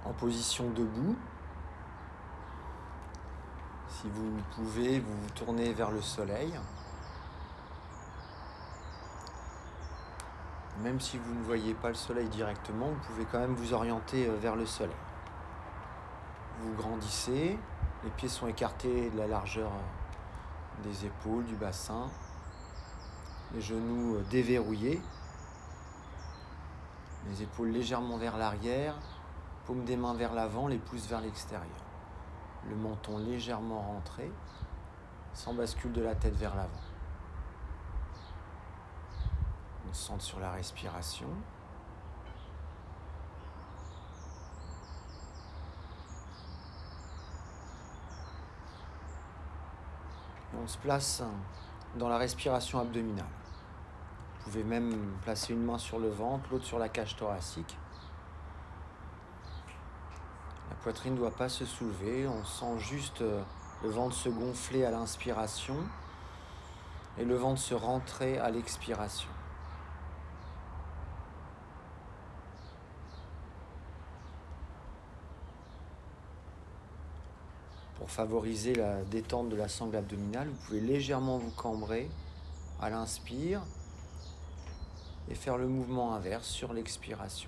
en position debout. Si vous pouvez, vous vous tournez vers le soleil. Même si vous ne voyez pas le soleil directement, vous pouvez quand même vous orienter vers le soleil. Vous grandissez, les pieds sont écartés de la largeur des épaules, du bassin, les genoux déverrouillés, les épaules légèrement vers l'arrière, paume des mains vers l'avant, les pouces vers l'extérieur. Le menton légèrement rentré, sans bascule de la tête vers l'avant. On se centre sur la respiration. Et on se place dans la respiration abdominale. Vous pouvez même placer une main sur le ventre, l'autre sur la cage thoracique. La poitrine ne doit pas se soulever, on sent juste le ventre se gonfler à l'inspiration et le ventre se rentrer à l'expiration. Pour favoriser la détente de la sangle abdominale, vous pouvez légèrement vous cambrer à l'inspire et faire le mouvement inverse sur l'expiration.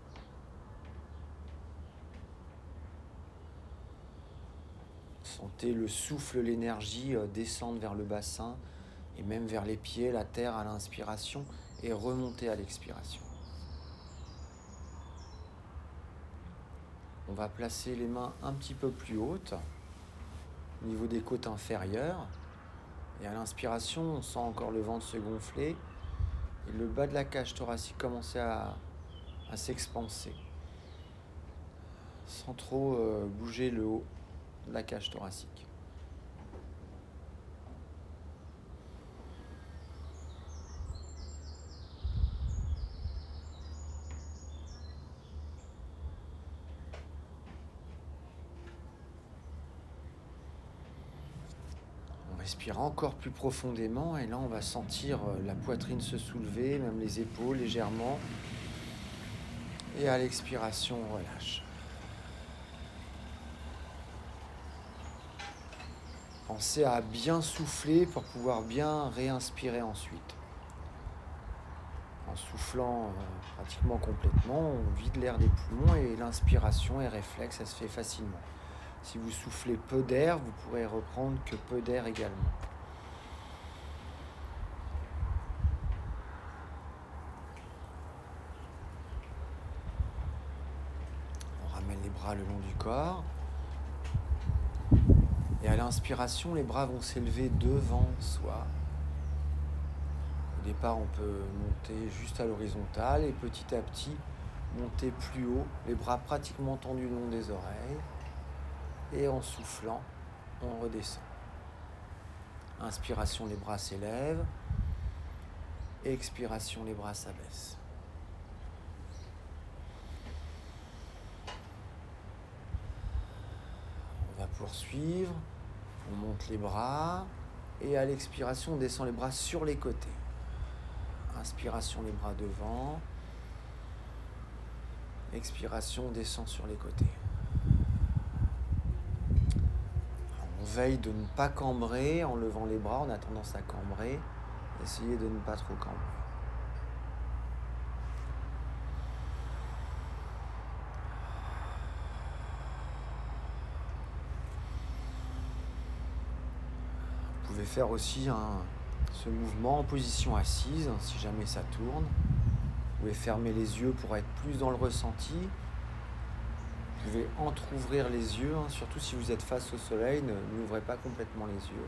Sentez le souffle, l'énergie descendre vers le bassin et même vers les pieds, la terre à l'inspiration et remonter à l'expiration. On va placer les mains un petit peu plus hautes, au niveau des côtes inférieures. Et à l'inspiration, on sent encore le ventre se gonfler et le bas de la cage thoracique commencer à s'expanser, sans trop bouger le haut de la cage thoracique. On respire encore plus profondément et là on va sentir la poitrine se soulever, même les épaules légèrement. Et à l'expiration, on relâche. Pensez à bien souffler pour pouvoir bien réinspirer ensuite. En soufflant pratiquement complètement, on vide l'air des poumons et l'inspiration est réflexe, ça se fait facilement. Si vous soufflez peu d'air, vous pourrez reprendre que peu d'air également. On ramène les bras le long du corps. Et à l'inspiration, les bras vont s'élever devant soi. Au départ, on peut monter juste à l'horizontale et petit à petit, monter plus haut, les bras pratiquement tendus le long des oreilles. Et en soufflant, on redescend. Inspiration, les bras s'élèvent. Expiration, les bras s'abaissent. On va poursuivre. On monte les bras. Et à l'expiration, on descend les bras sur les côtés. Inspiration, les bras devant. Expiration, on descend sur les côtés. On veille de ne pas cambrer en levant les bras. On a tendance à cambrer. Essayez de ne pas trop cambrer. Vous pouvez faire aussi ce mouvement en position assise, si jamais ça tourne. Vous pouvez fermer les yeux pour être plus dans le ressenti. Vous pouvez entrouvrir les yeux, surtout si vous êtes face au soleil, n'ouvrez pas complètement les yeux.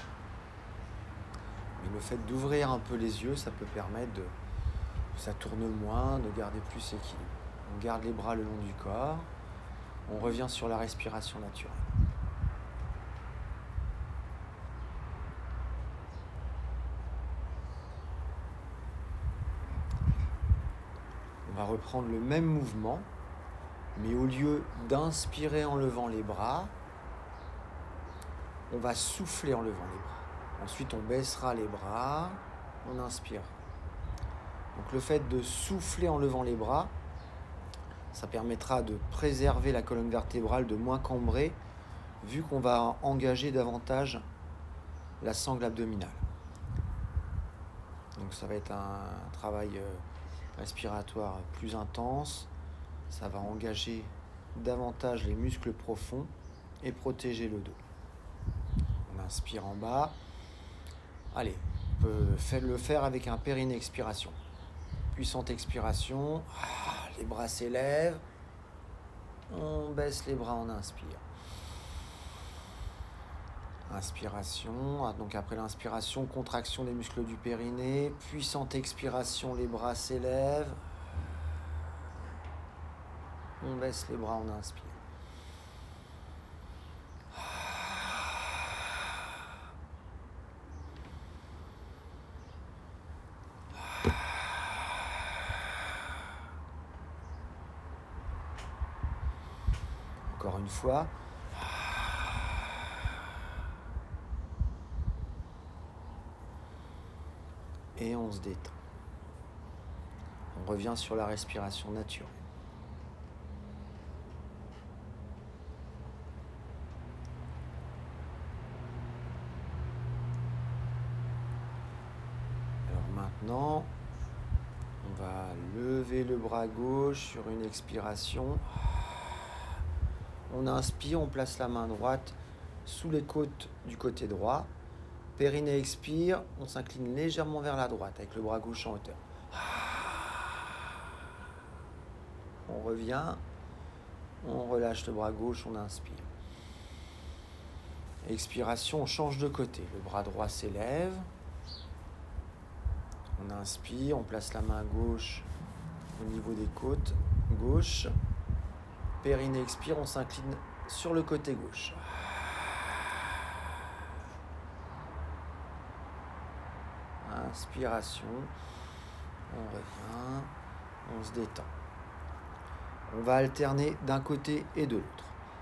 Mais le fait d'ouvrir un peu les yeux, ça peut permettre que ça tourne moins, de garder plus l'équilibre. On garde les bras le long du corps. On revient sur la respiration naturelle. On va reprendre le même mouvement, mais au lieu d'inspirer en levant les bras, on va souffler en levant les bras. Ensuite, on baissera les bras, on inspire. Donc le fait de souffler en levant les bras, Ça permettra de préserver la colonne vertébrale, de moins cambrer, vu qu'on va engager davantage la sangle abdominale. Donc ça va être un travail respiratoire plus intense. Ça va engager davantage les muscles profonds et protéger le dos. On inspire en bas. Allez, on peut le faire avec un périnée expiration. Puissante expiration. Les bras s'élèvent. On baisse les bras, on inspire. Inspiration. Donc après l'inspiration, contraction des muscles du périnée. Puissante expiration, les bras s'élèvent. On baisse les bras, on inspire. Encore une fois. Et on se détend. On revient sur la respiration naturelle. Alors maintenant, on va lever le bras gauche sur une expiration. On inspire, on place la main droite sous les côtes du côté droit. Périnée expire, on s'incline légèrement vers la droite avec le bras gauche en hauteur. On revient, on relâche le bras gauche, on inspire. Expiration, on change de côté. Le bras droit s'élève. On inspire, on place la main gauche au niveau des côtes gauche. Périnée expire, on s'incline sur le côté gauche. Inspiration, on revient, on se détend. On va alterner d'un côté et de l'autre.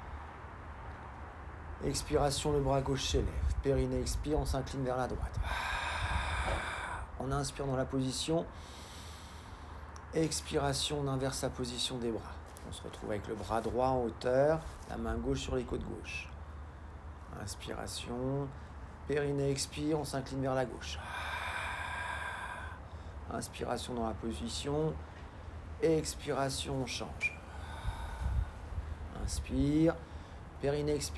Expiration, le bras gauche s'élève. Périnée expire, on s'incline vers la droite. On inspire dans la position. Expiration, on inverse la position des bras. On se retrouve avec le bras droit en hauteur, la main gauche sur les côtes gauche. Inspiration, périnée expire, on s'incline vers la gauche. Inspiration dans la position. Expiration, on change. Inspire, périnée expire.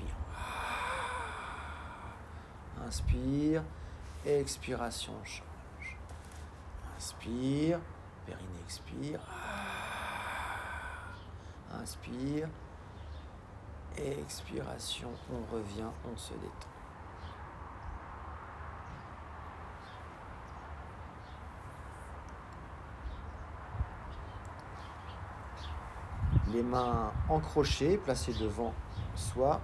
Inspire, expiration, on change. Inspire, périnée expire. Inspire, expiration, on revient, on se détend. Les mains encrochées, placées devant soi.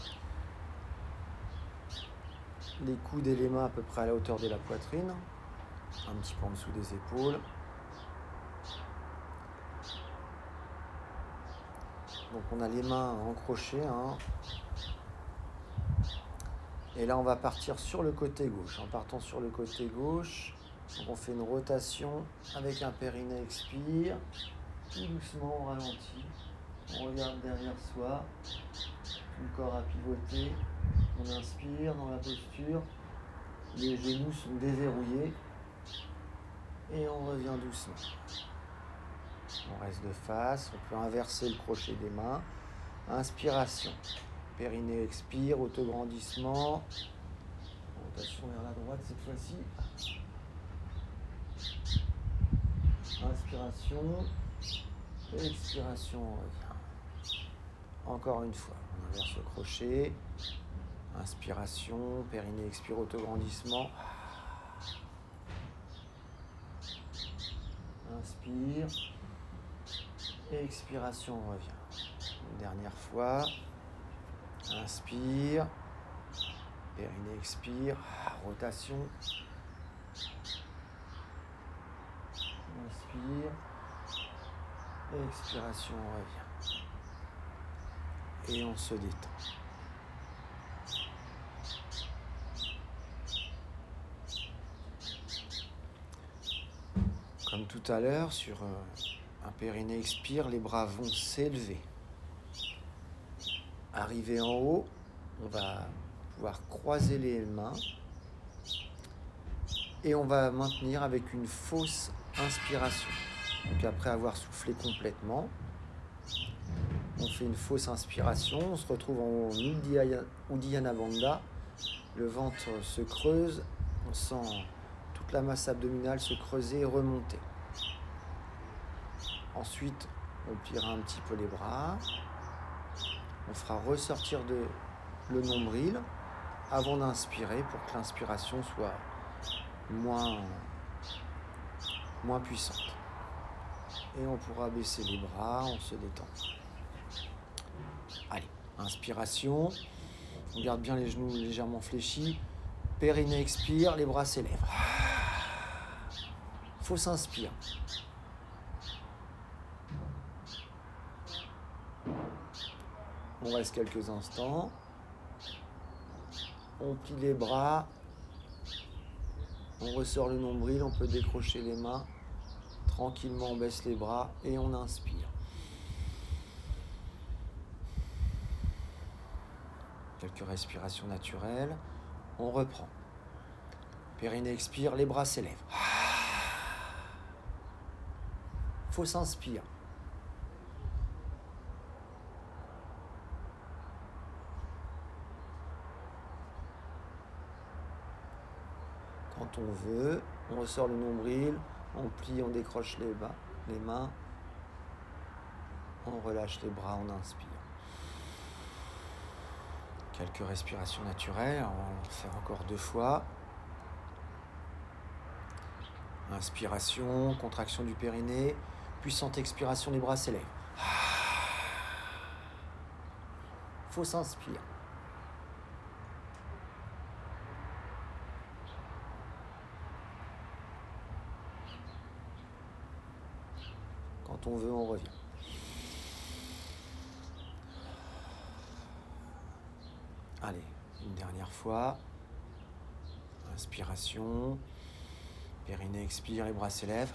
Les coudes et les mains à peu près à la hauteur de la poitrine, un petit peu en dessous des épaules. Donc on a les mains encrochées. Et là on va partir sur le côté gauche. En partant sur le côté gauche, donc on fait une rotation avec un périnée expire. Tout doucement, on ralentit. On regarde derrière soi. Tout le corps à pivoter. On inspire dans la posture. Les genoux sont déverrouillés. Et on revient doucement. On reste de face. On peut inverser le crochet des mains. Inspiration. Périnée expire. Autograndissement. Rotation vers la droite cette fois-ci. Inspiration. Expiration, on revient. Encore une fois, on inverse le crochet. Inspiration, périnée expire, autograndissement. Inspire. Expiration, on revient. Une dernière fois. Inspire. Périnée expire. Rotation. Inspire. Expiration, on revient. Et on se détend. Comme tout à l'heure, sur Un périnée expire, les bras vont s'élever. Arrivé en haut, on va pouvoir croiser les mains et on va maintenir avec une fausse inspiration. Donc après avoir soufflé complètement, on fait une fausse inspiration, on se retrouve en Uddiyana Bandha, le ventre se creuse, on sent toute la masse abdominale se creuser et remonter. Ensuite, on pliera un petit peu les bras, on fera ressortir le nombril avant d'inspirer pour que l'inspiration soit moins puissante. Et on pourra baisser les bras, on se détend. Allez, inspiration, on garde bien les genoux légèrement fléchis, périnée expire, les bras s'élèvent. Fausse inspire. On reste quelques instants. On plie les bras. On ressort le nombril, on peut décrocher les mains. Tranquillement, on baisse les bras et on inspire. Quelques respirations naturelles. On reprend. Périnée expire, les bras s'élèvent. Fausse inspire. Quand on veut, on ressort le nombril, on plie, on décroche les mains, on relâche les bras, on inspire. Quelques respirations naturelles, on va en faire encore 2 fois. Inspiration, contraction du périnée, puissante expiration, les bras s'élèvent. Fausse inspire. Quand on veut, on revient. Allez, une dernière fois. Inspiration. Périnée expire, les bras s'élèvent.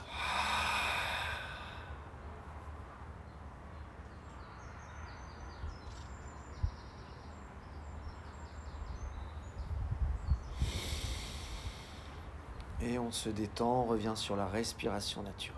Et on se détend, on revient sur la respiration naturelle.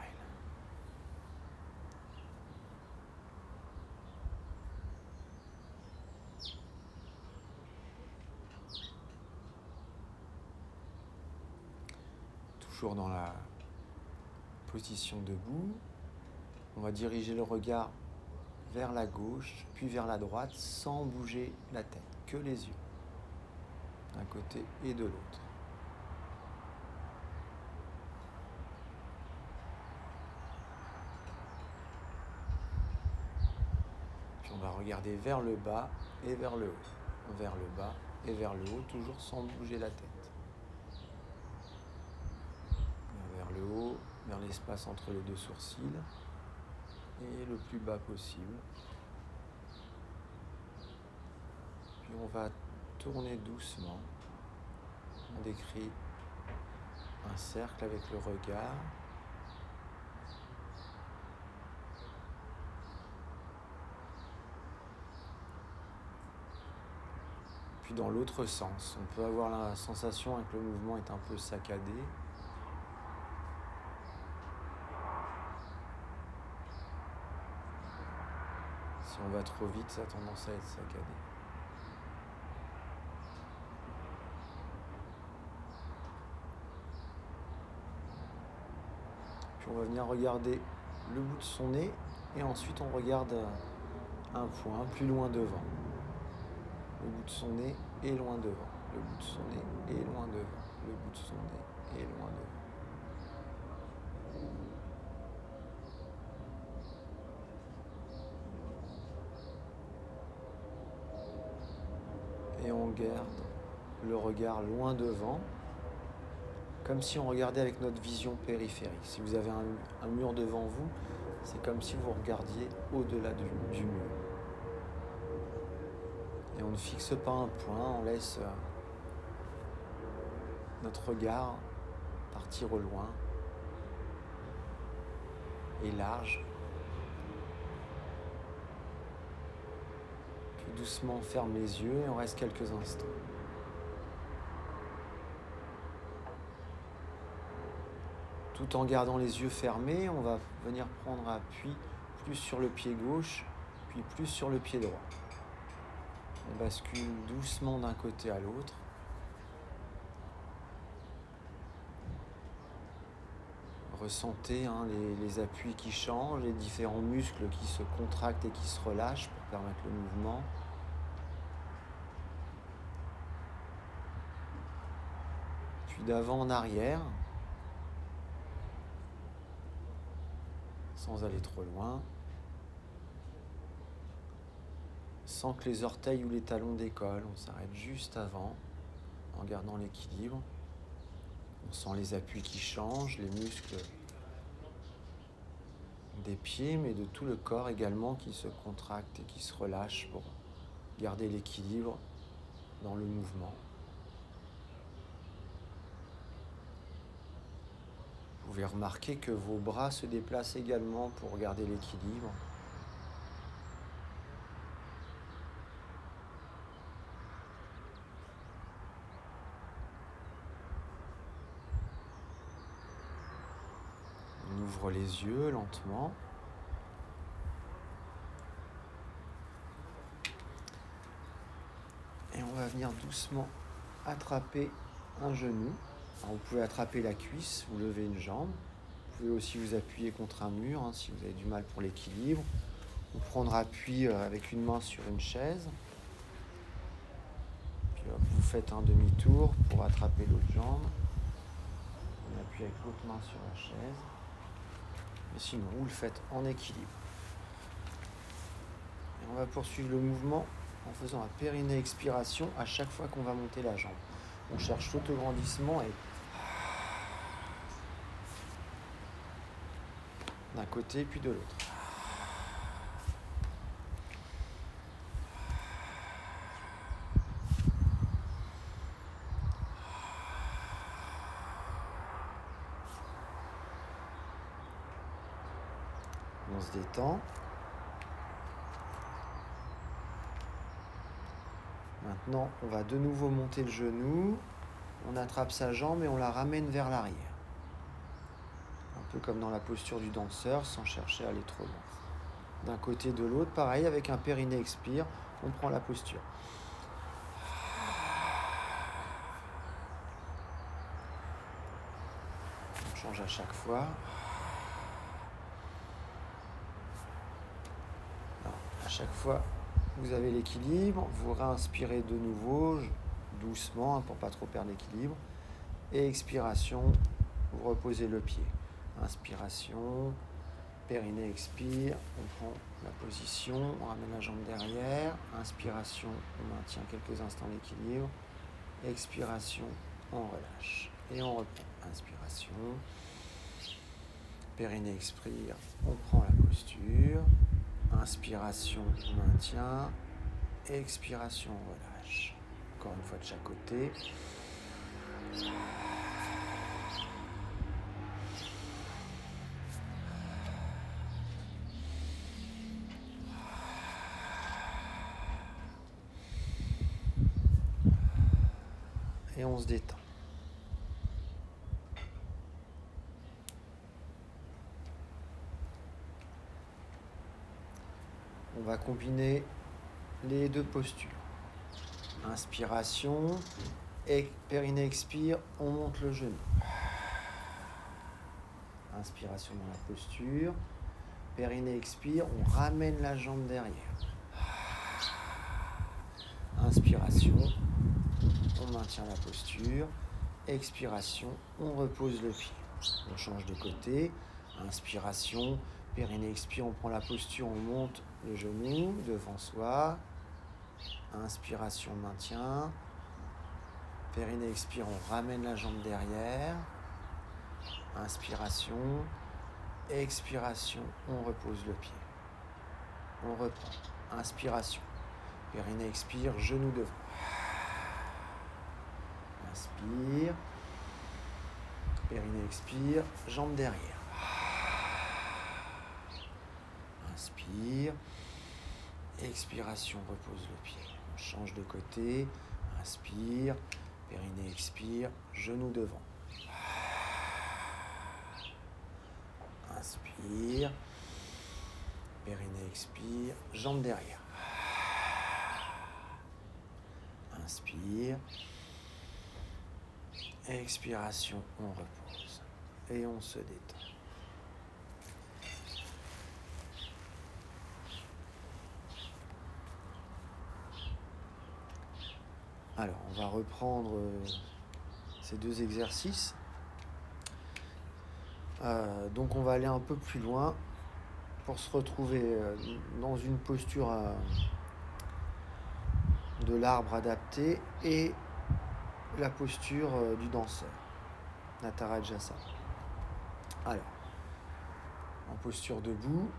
Toujours dans la position debout, on va diriger le regard vers la gauche, puis vers la droite, sans bouger la tête, que les yeux, d'un côté et de l'autre. Puis on va regarder vers le bas et vers le haut, vers le bas et vers le haut, toujours sans bouger la tête. Vers le haut, vers l'espace entre les 2 sourcils et le plus bas possible. Puis on va tourner doucement. On décrit un cercle avec le regard. Puis dans l'autre sens, on peut avoir la sensation que le mouvement est un peu saccadé. Si on va trop vite, ça a tendance à être saccadé. Puis on va venir regarder le bout de son nez et ensuite on regarde un point plus loin devant. Le bout de son nez est loin devant. Le bout de son nez est loin devant. Le bout de son nez est loin devant. Et on garde le regard loin devant, comme si on regardait avec notre vision périphérique. Si vous avez un mur devant vous, c'est comme si vous regardiez au-delà du mur. Et on ne fixe pas un point, on laisse notre regard partir au loin et large doucement ferme les yeux et on reste quelques instants. Tout en gardant les yeux fermés, on va venir prendre appui plus sur le pied gauche, puis plus sur le pied droit. On bascule doucement d'un côté à l'autre. Ressentez les appuis qui changent, les différents muscles qui se contractent et qui se relâchent pour permettre le mouvement. Puis d'avant en arrière, sans aller trop loin, sans que les orteils ou les talons décollent. On s'arrête juste avant, en gardant l'équilibre. On sent les appuis qui changent, les muscles des pieds, mais de tout le corps également qui se contracte et qui se relâche pour garder l'équilibre dans le mouvement. Vous pouvez remarquer que vos bras se déplacent également pour garder l'équilibre. On ouvre les yeux lentement. Et on va venir doucement attraper un genou. Alors vous pouvez attraper la cuisse, vous levez une jambe. Vous pouvez aussi vous appuyer contre un mur si vous avez du mal pour l'équilibre. Ou prendre appui avec une main sur une chaise. Puis vous faites un demi-tour pour attraper l'autre jambe. On appuie avec l'autre main sur la chaise. Et sinon, vous le faites en équilibre. Et on va poursuivre le mouvement en faisant un périnée expiration à chaque fois qu'on va monter la jambe. On cherche l'autograndissement et d'un côté puis de l'autre. On se détend. Maintenant, on va de nouveau monter le genou. On attrape sa jambe et on la ramène vers l'arrière. Un peu comme dans la posture du danseur, sans chercher à aller trop loin. D'un côté, de l'autre, pareil, avec un périnée expire, on prend la posture. On change à chaque fois. Alors, à chaque fois, vous avez l'équilibre, vous réinspirez de nouveau, doucement, pour pas trop perdre l'équilibre. Et expiration, vous reposez le pied. Inspiration, périnée expire, on prend la position, on ramène la jambe derrière. Inspiration, on maintient quelques instants d'équilibre. Expiration, on relâche. Et on reprend. Inspiration, périnée expire, on prend la posture. Inspiration, on maintient. Expiration, on relâche. Encore une fois de chaque côté. Et on se détend. On va combiner les deux postures. Inspiration, et périnée expire, on monte le genou. Inspiration dans la posture. Périnée expire, on ramène la jambe derrière. Inspiration, on maintient la posture. Expiration, on repose le pied. On change de côté. Inspiration, périnée expire, on prend la posture, on monte le genou devant soi. Inspiration, maintien. Périnée expire, on ramène la jambe derrière. Inspiration. Expiration, on repose le pied. On reprend. Inspiration. Périnée expire, genou devant. Inspire. Périnée expire, jambe derrière. Inspire. Expiration, repose le pied. On change de côté. Inspire. Périnée expire. Genou devant. Inspire. Périnée expire. Jambe derrière. Inspire. Expiration, on repose. Et on se détend. Alors, on va reprendre ces deux exercices. Donc, on va aller un peu plus loin pour se retrouver dans une posture de l'arbre adapté et la posture du danseur, Natarajasana. Alors, en posture debout,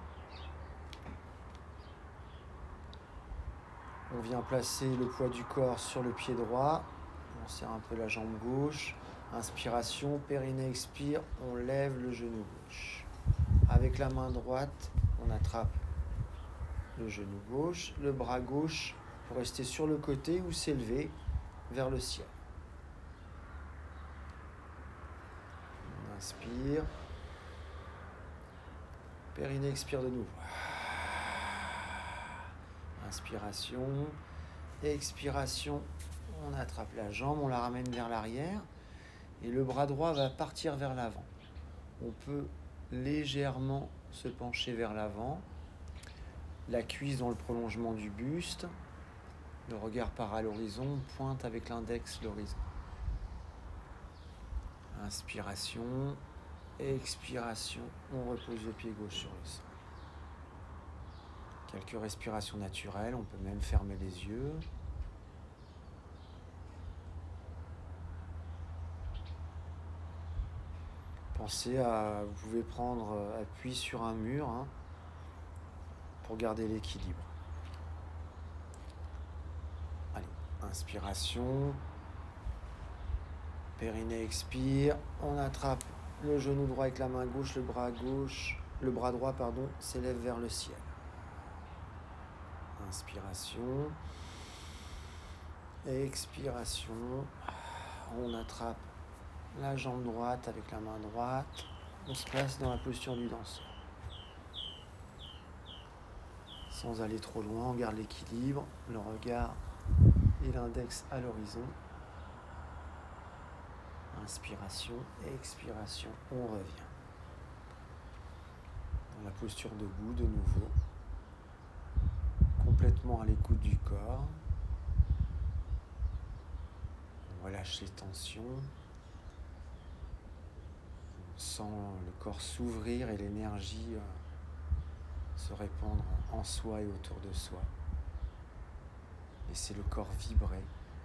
on vient placer le poids du corps sur le pied droit. On serre un peu la jambe gauche. Inspiration, périnée expire, on lève le genou gauche. Avec la main droite, on attrape le genou gauche, le bras gauche pour rester sur le côté ou s'élever vers le ciel. On inspire. Périnée expire de nouveau. Inspiration, expiration, on attrape la jambe, on la ramène vers l'arrière et le bras droit va partir vers l'avant. On peut légèrement se pencher vers l'avant, la cuisse dans le prolongement du buste, le regard part à l'horizon, on pointe avec l'index l'horizon. Inspiration, expiration, on repose le pied gauche sur le sol. Quelques respirations naturelles, on peut même fermer les yeux. Pensez à, vous pouvez prendre appui sur un mur pour garder l'équilibre. Allez, inspiration, périnée expire, on attrape le genou droit avec la main gauche, le bras droit s'élève vers le ciel. Inspiration, expiration, on attrape la jambe droite avec la main droite, on se place dans la posture du danseur. Sans aller trop loin, on garde l'équilibre, le regard et l'index à l'horizon. Inspiration, expiration, on revient. Dans la posture debout de nouveau. Complètement à l'écoute du corps. On relâche les tensions. On sent le corps s'ouvrir et l'énergie se répandre en soi et autour de soi. Laissez le corps vibrer.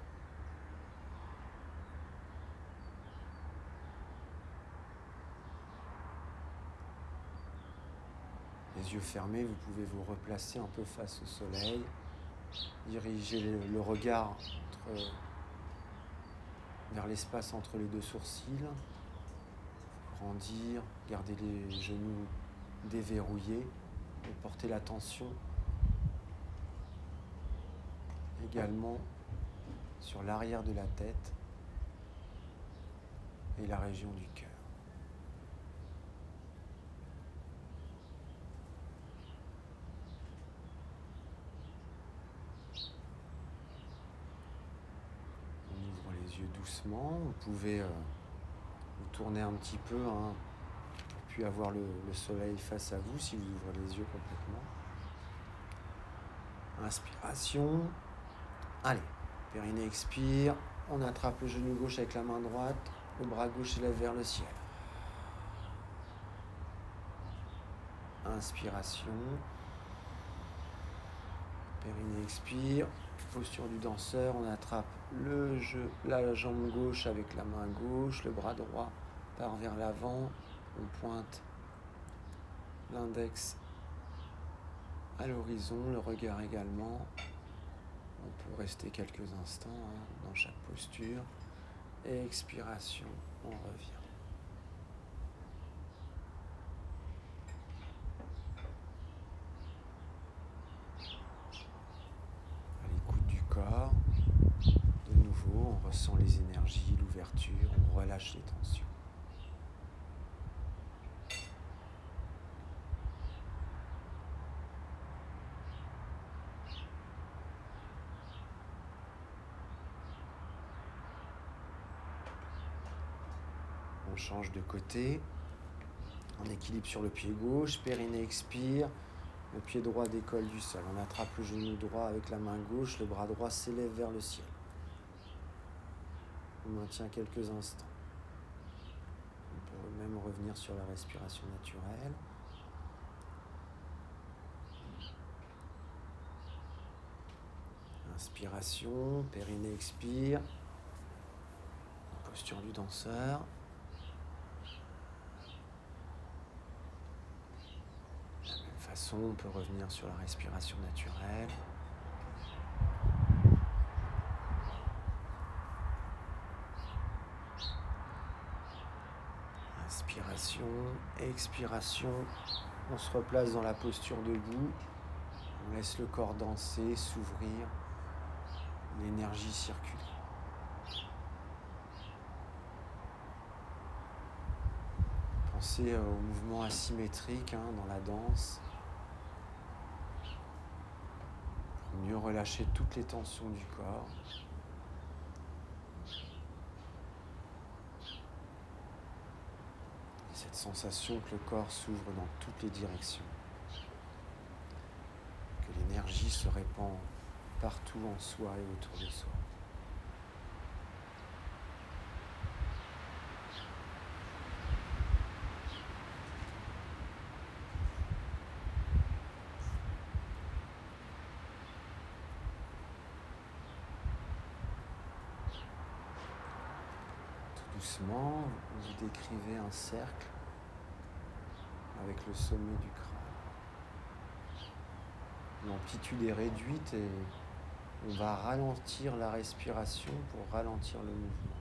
Les yeux fermés, vous pouvez vous replacer un peu face au soleil. Dirigez le regard vers l'espace entre les deux sourcils. Grandir, garder les genoux déverrouillés et porter l'attention également sur l'arrière de la tête et la région du cœur. On ouvre les yeux doucement, vous pouvez vous tourner un petit peu, puis avoir le soleil face à vous si vous ouvrez les yeux complètement. Inspiration. Allez, périnée expire. On attrape le genou gauche avec la main droite. Le bras gauche s'élève vers le ciel. Inspiration. Périnée expire. Posture du danseur. On attrape la jambe gauche avec la main gauche. Le bras droit part vers l'avant. On pointe l'index à l'horizon, le regard également. On peut rester quelques instants dans chaque posture. Et expiration, on revient. ressent les énergies, l'ouverture, on relâche les tensions. On change de côté. On équilibre sur le pied gauche, périnée expire, le pied droit décolle du sol. On attrape le genou droit avec la main gauche, le bras droit s'élève vers le ciel. On maintient quelques instants. On peut même revenir sur la respiration naturelle. Inspiration, périnée expire. Posture du danseur. De la même façon, on peut revenir sur la respiration naturelle. Inspiration, expiration. On se replace dans la posture debout. On laisse le corps danser, s'ouvrir. L'énergie circule. Pensez au mouvement asymétrique dans la danse. Pour mieux relâcher toutes les tensions du corps. Et cette sensation que le corps s'ouvre dans toutes les directions. Que l'énergie se répand partout en soi et autour de soi. Tout doucement, vous décrivez un cercle avec le sommet du crâne. L'amplitude est réduite et on va ralentir la respiration pour ralentir le mouvement.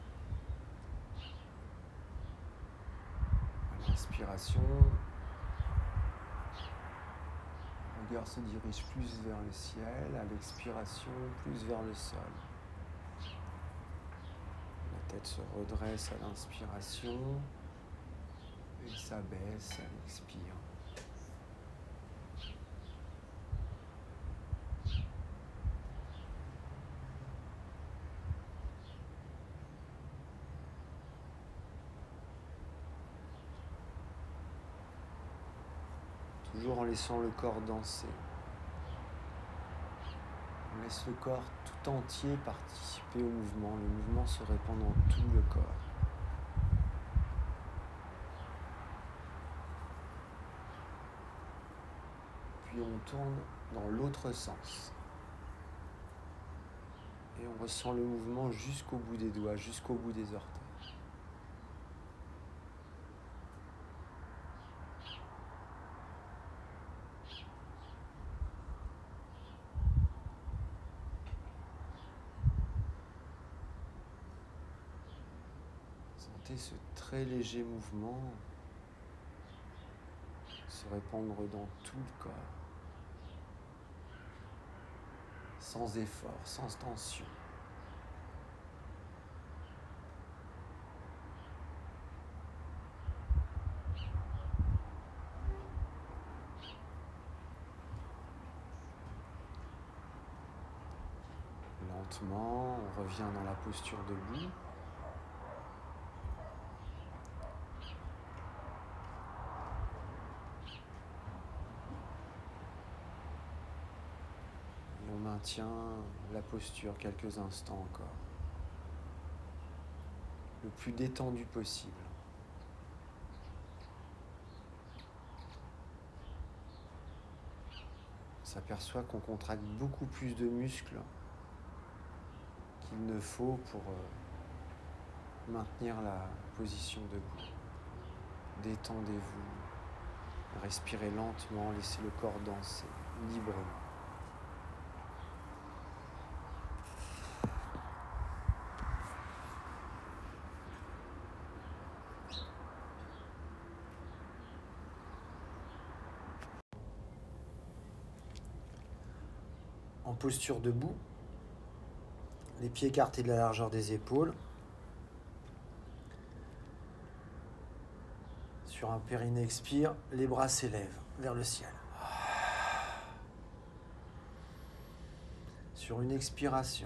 À l'inspiration, le regard se dirige plus vers le ciel, à l'expiration, plus vers le sol. La tête se redresse à l'inspiration et s'abaisse à l'expire. Toujours en laissant le corps danser. On laisse le corps tout entier participer au mouvement. Le mouvement se répand dans tout le corps. Puis on tourne dans l'autre sens. Et on ressent le mouvement jusqu'au bout des doigts, jusqu'au bout des orteils. Sentez ce très léger mouvement se répandre dans tout le corps, sans effort, sans tension. Lentement, on revient dans la posture debout. Et on maintient la posture quelques instants encore. Le plus détendu possible. On s'aperçoit qu'on contracte beaucoup plus de muscles qu'il ne faut pour maintenir la position debout. Détendez-vous, respirez lentement, laissez le corps danser librement. En posture debout, les pieds écartés de la largeur des épaules. Sur un périnée expire, les bras s'élèvent vers le ciel. Sur une expiration,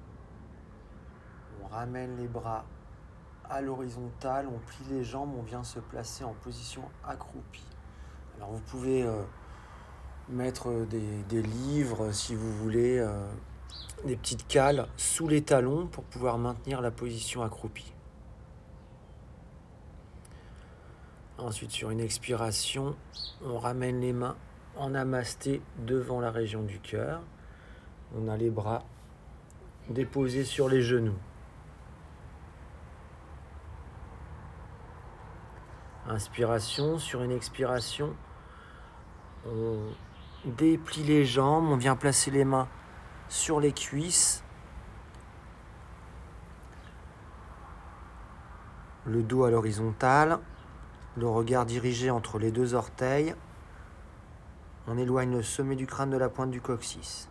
on ramène les bras à l'horizontale, on plie les jambes, on vient se placer en position accroupie. Alors vous pouvez mettre des livres, si vous voulez, des petites cales sous les talons pour pouvoir maintenir la position accroupie. Ensuite, sur une expiration, on ramène les mains en namasté devant la région du cœur. On a les bras déposés sur les genoux. Inspiration, sur une expiration, on déplie les jambes, on vient placer les mains sur les cuisses, le dos à l'horizontale, le regard dirigé entre les deux orteils. On éloigne le sommet du crâne de la pointe du coccyx.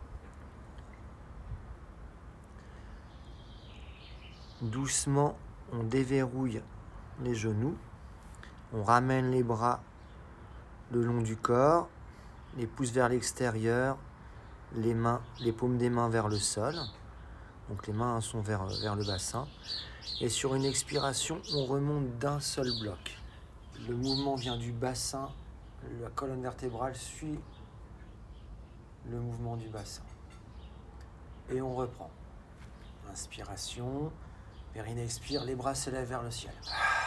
Doucement, on déverrouille les genoux. On ramène les bras le long du corps, les pouces vers l'extérieur, les paumes des mains vers le sol. Donc les mains sont vers le bassin. Et sur une expiration, on remonte d'un seul bloc. Le mouvement vient du bassin, la colonne vertébrale suit le mouvement du bassin. Et on reprend. Inspiration, périnée expire, les bras s'élèvent vers le ciel.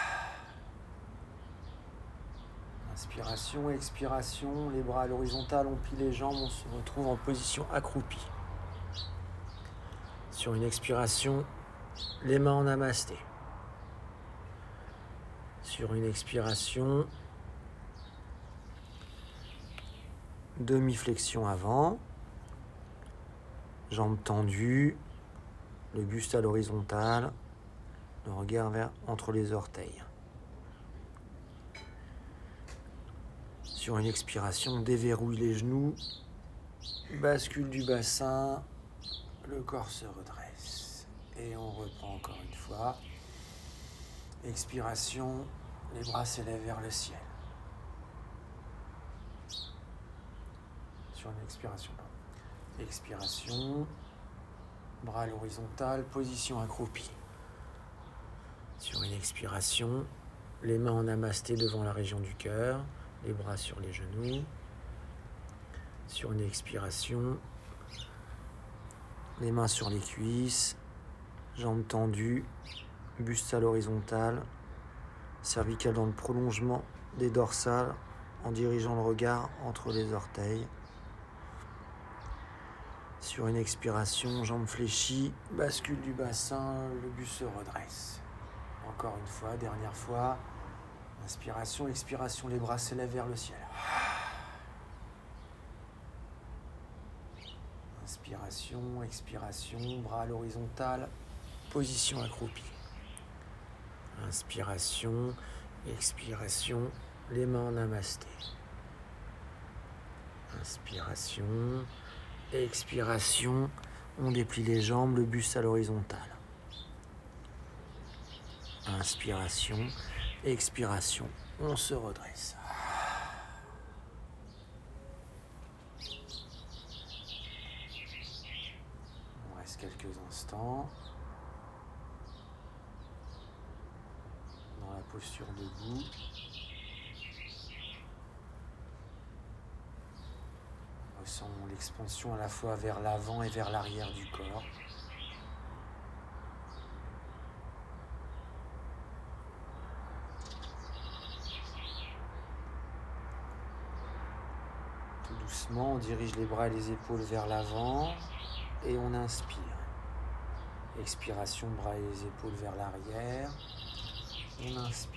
Inspiration, expiration, les bras à l'horizontale, on plie les jambes, on se retrouve en position accroupie. Sur une expiration, les mains en namasté. Sur une expiration, demi-flexion avant, jambes tendues, le buste à l'horizontale, le regard entre les orteils. Sur une expiration, on déverrouille les genoux, bascule du bassin, le corps se redresse. Et on reprend encore une fois. Expiration, les bras s'élèvent vers le ciel. Sur une expiration. Expiration, bras à l'horizontale, position accroupie. Sur une expiration, les mains en namasté devant la région du cœur. Les bras sur les genoux. Sur une expiration, les mains sur les cuisses, jambes tendues, buste à l'horizontale, cervicale dans le prolongement des dorsales en dirigeant le regard entre les orteils. Sur une expiration, jambes fléchies, bascule du bassin, le buste se redresse. Encore une fois, dernière fois. Inspiration, expiration, les bras s'élèvent vers le ciel. Inspiration, expiration, bras à l'horizontale, position accroupie. Inspiration, expiration, les mains en namasté. Inspiration, expiration, on déplie les jambes, le buste à l'horizontale. Inspiration, expiration, on se redresse. On reste quelques instants dans la posture debout. On ressent l'expansion à la fois vers l'avant et vers l'arrière du corps. Doucement, on dirige les bras et les épaules vers l'avant et on inspire. Expiration, bras et les épaules vers l'arrière. On inspire.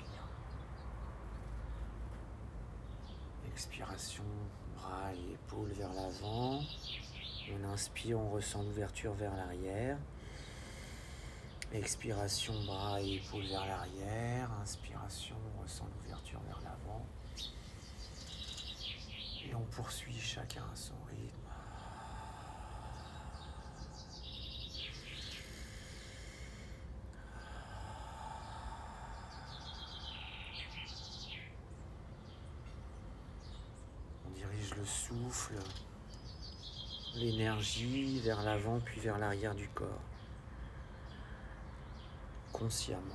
Expiration, bras et épaules vers l'avant. On inspire, on ressent l'ouverture vers l'arrière. Expiration, bras et épaules vers l'arrière. Inspiration, on ressent l'ouverture vers l'avant. Et on poursuit chacun à son rythme. dirige le souffle, l'énergie vers l'avant puis vers l'arrière du corps, consciemment.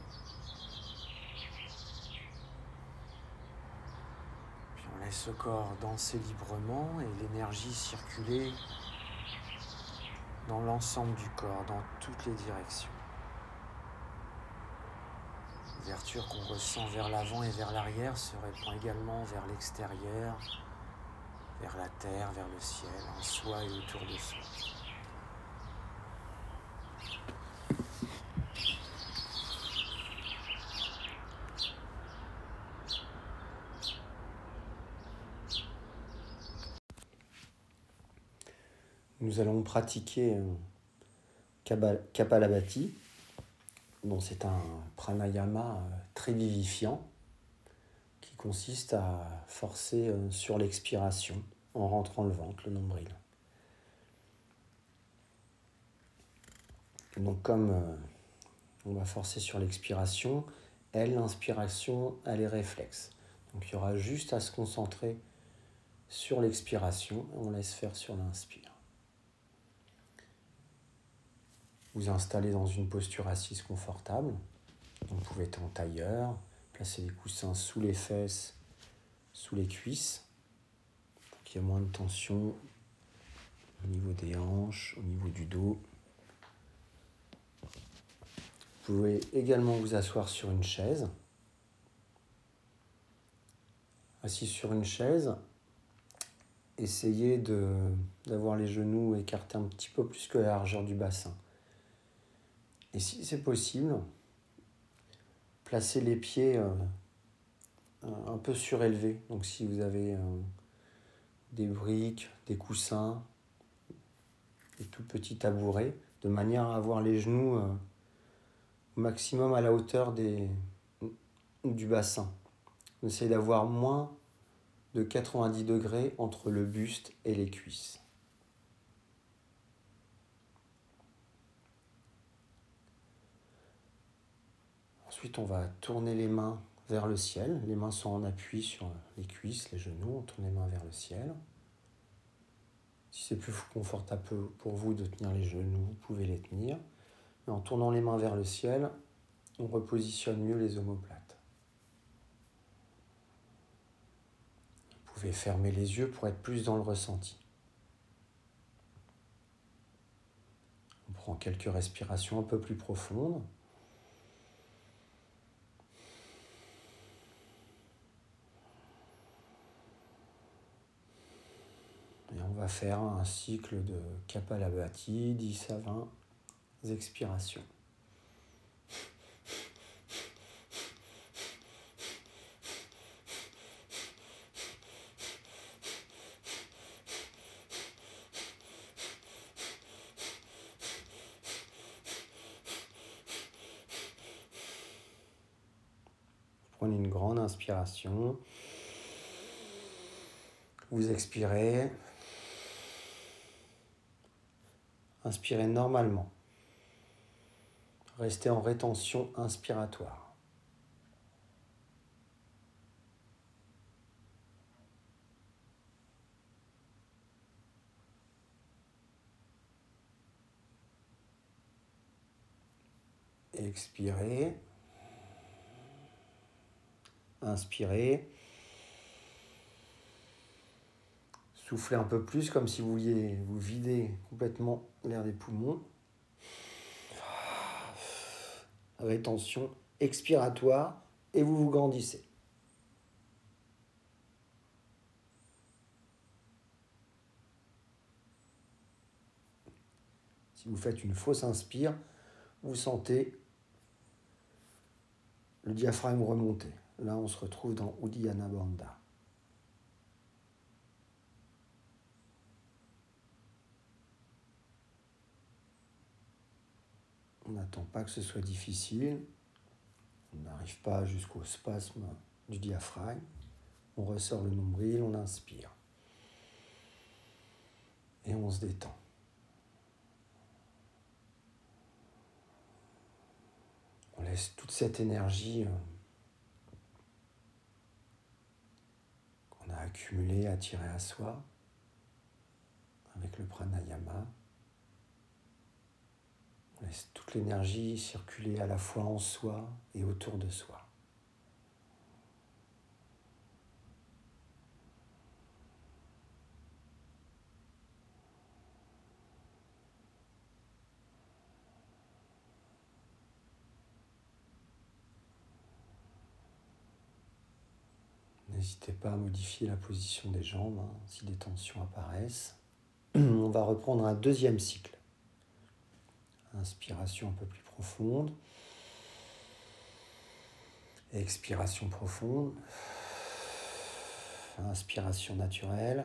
Puis on laisse le corps danser librement et l'énergie circuler dans l'ensemble du corps, dans toutes les directions. L'ouverture qu'on ressent vers l'avant et vers l'arrière se répand également vers l'extérieur, vers la terre, vers le ciel, en soi et autour de soi. Nous allons pratiquer Kapalabhati. Bon, c'est un pranayama très vivifiant qui consiste à forcer sur l'expiration en rentrant le ventre, le nombril. Donc comme on va forcer sur l'expiration, l'inspiration, elle est réflexe. Donc il y aura juste à se concentrer sur l'expiration et on laisse faire sur l'inspire. Vous installez dans une posture assise confortable. Vous pouvez être en tailleur, placer les coussins sous les fesses, sous les cuisses, pour qu'il y ait moins de tension au niveau des hanches, au niveau du dos. Vous pouvez également vous asseoir sur une chaise. Assis sur une chaise, essayez d'avoir les genoux écartés un petit peu plus que la largeur du bassin. Et si c'est possible, placez les pieds un peu surélevés. Donc si vous avez des briques, des coussins, des tout petits tabourets, de manière à avoir les genoux au maximum à la hauteur du bassin. Essayez d'avoir moins de 90 degrés entre le buste et les cuisses. Ensuite, on va tourner les mains vers le ciel. Les mains sont en appui sur les cuisses, les genoux. On tourne les mains vers le ciel. Si c'est plus confortable pour vous de tenir les genoux, vous pouvez les tenir. Et en tournant les mains vers le ciel, on repositionne mieux les omoplates. Vous pouvez fermer les yeux pour être plus dans le ressenti. On prend quelques respirations un peu plus profondes. Et on va faire un cycle de Kapalabhati, 10 à 20 expirations. Prenez une grande inspiration. Vous expirez. Inspirez normalement. Restez en rétention inspiratoire. Expirez. Inspirez. Soufflez un peu plus comme si vous vouliez vous vider complètement l'air des poumons. Rétention expiratoire et vous vous grandissez. Si vous faites une fausse inspire, vous sentez le diaphragme remonter. Là, on se retrouve dans Uddiyana Bandha. On n'attend pas que ce soit difficile. On n'arrive pas jusqu'au spasme du diaphragme. On ressort le nombril, on inspire. Et on se détend. On laisse toute cette énergie qu'on a accumuler, attirer à soi avec le pranayama. On laisse toute l'énergie circuler à la fois en soi et autour de soi. N'hésitez pas à modifier la position des jambes si des tensions apparaissent. On va reprendre un deuxième cycle. Inspiration un peu plus profonde. Expiration profonde. Inspiration naturelle.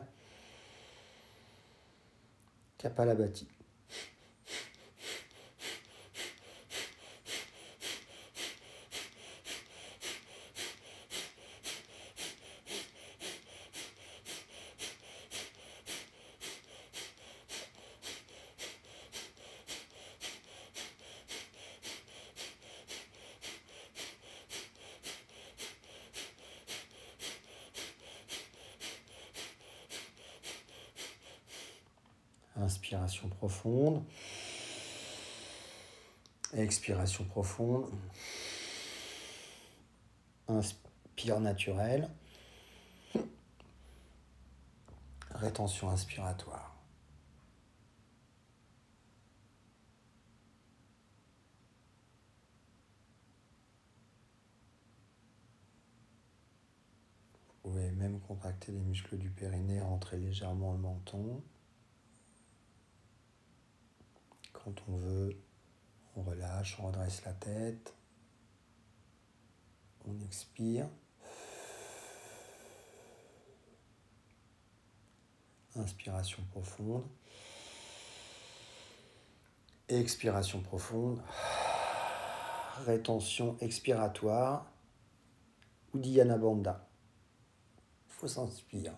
Kapalabhati. Inspiration profonde. Expiration profonde. Inspire naturel. Rétention inspiratoire. Vous pouvez même contracter les muscles du périnée, rentrer légèrement le menton. Quand on veut, on relâche, on redresse la tête. On expire. Inspiration profonde. Expiration profonde. Rétention expiratoire. Uddiyana Bandha. Il faut s'inspirer.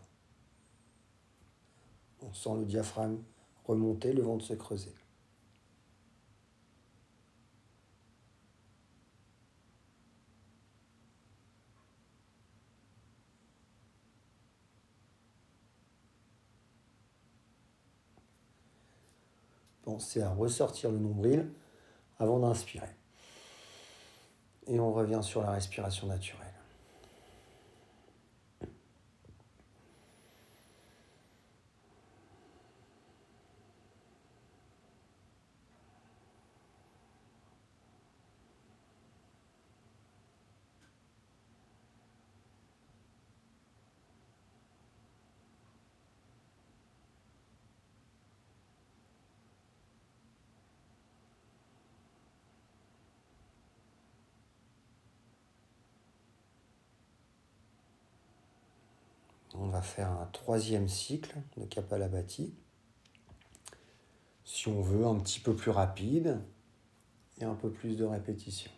On sent le diaphragme remonter, le ventre se creuser. Pensez à ressortir le nombril avant d'inspirer. Et on revient sur la respiration naturelle. On va faire un troisième cycle de Kapalabhati. Si on veut, un petit peu plus rapide et un peu plus de répétition.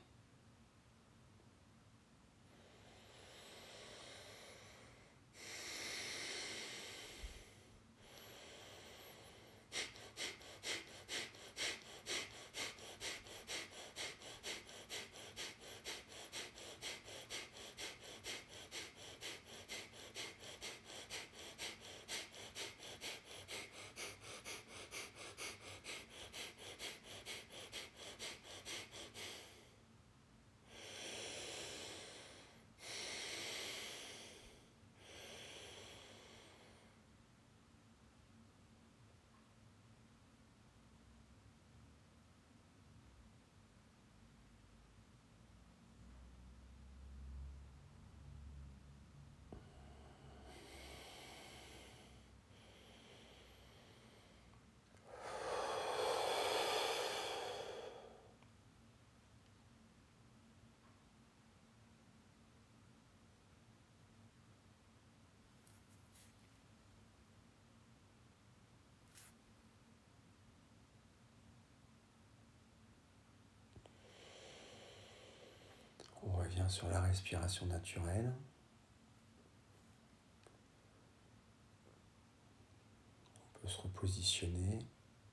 On revient sur la respiration naturelle. On peut se repositionner.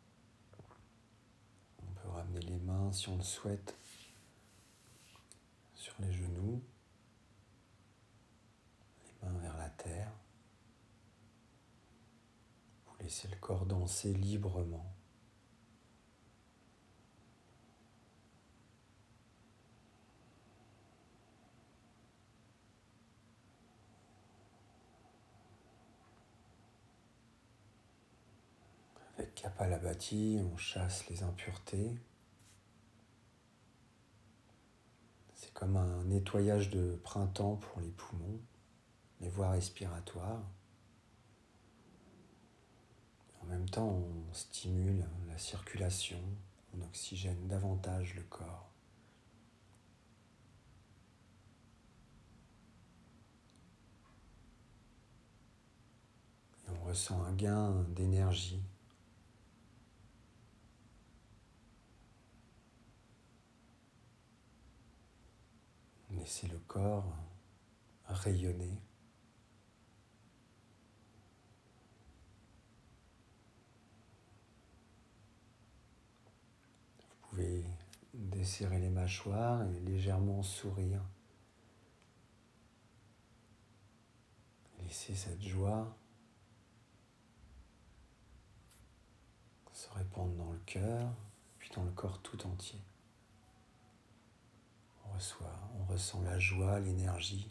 On peut ramener les mains, si on le souhaite, sur les genoux. Les mains vers la terre. Laissez le corps danser librement. Avec Kapalabhati, on chasse les impuretés. C'est comme un nettoyage de printemps pour les poumons, les voies respiratoires. En même temps, on stimule la circulation, on oxygène davantage le corps. Et on ressent un gain d'énergie. Laissez le corps rayonner. Vous pouvez desserrer les mâchoires et légèrement sourire. Laissez cette joie se répandre dans le cœur, puis dans le corps tout entier. On ressent la joie, l'énergie,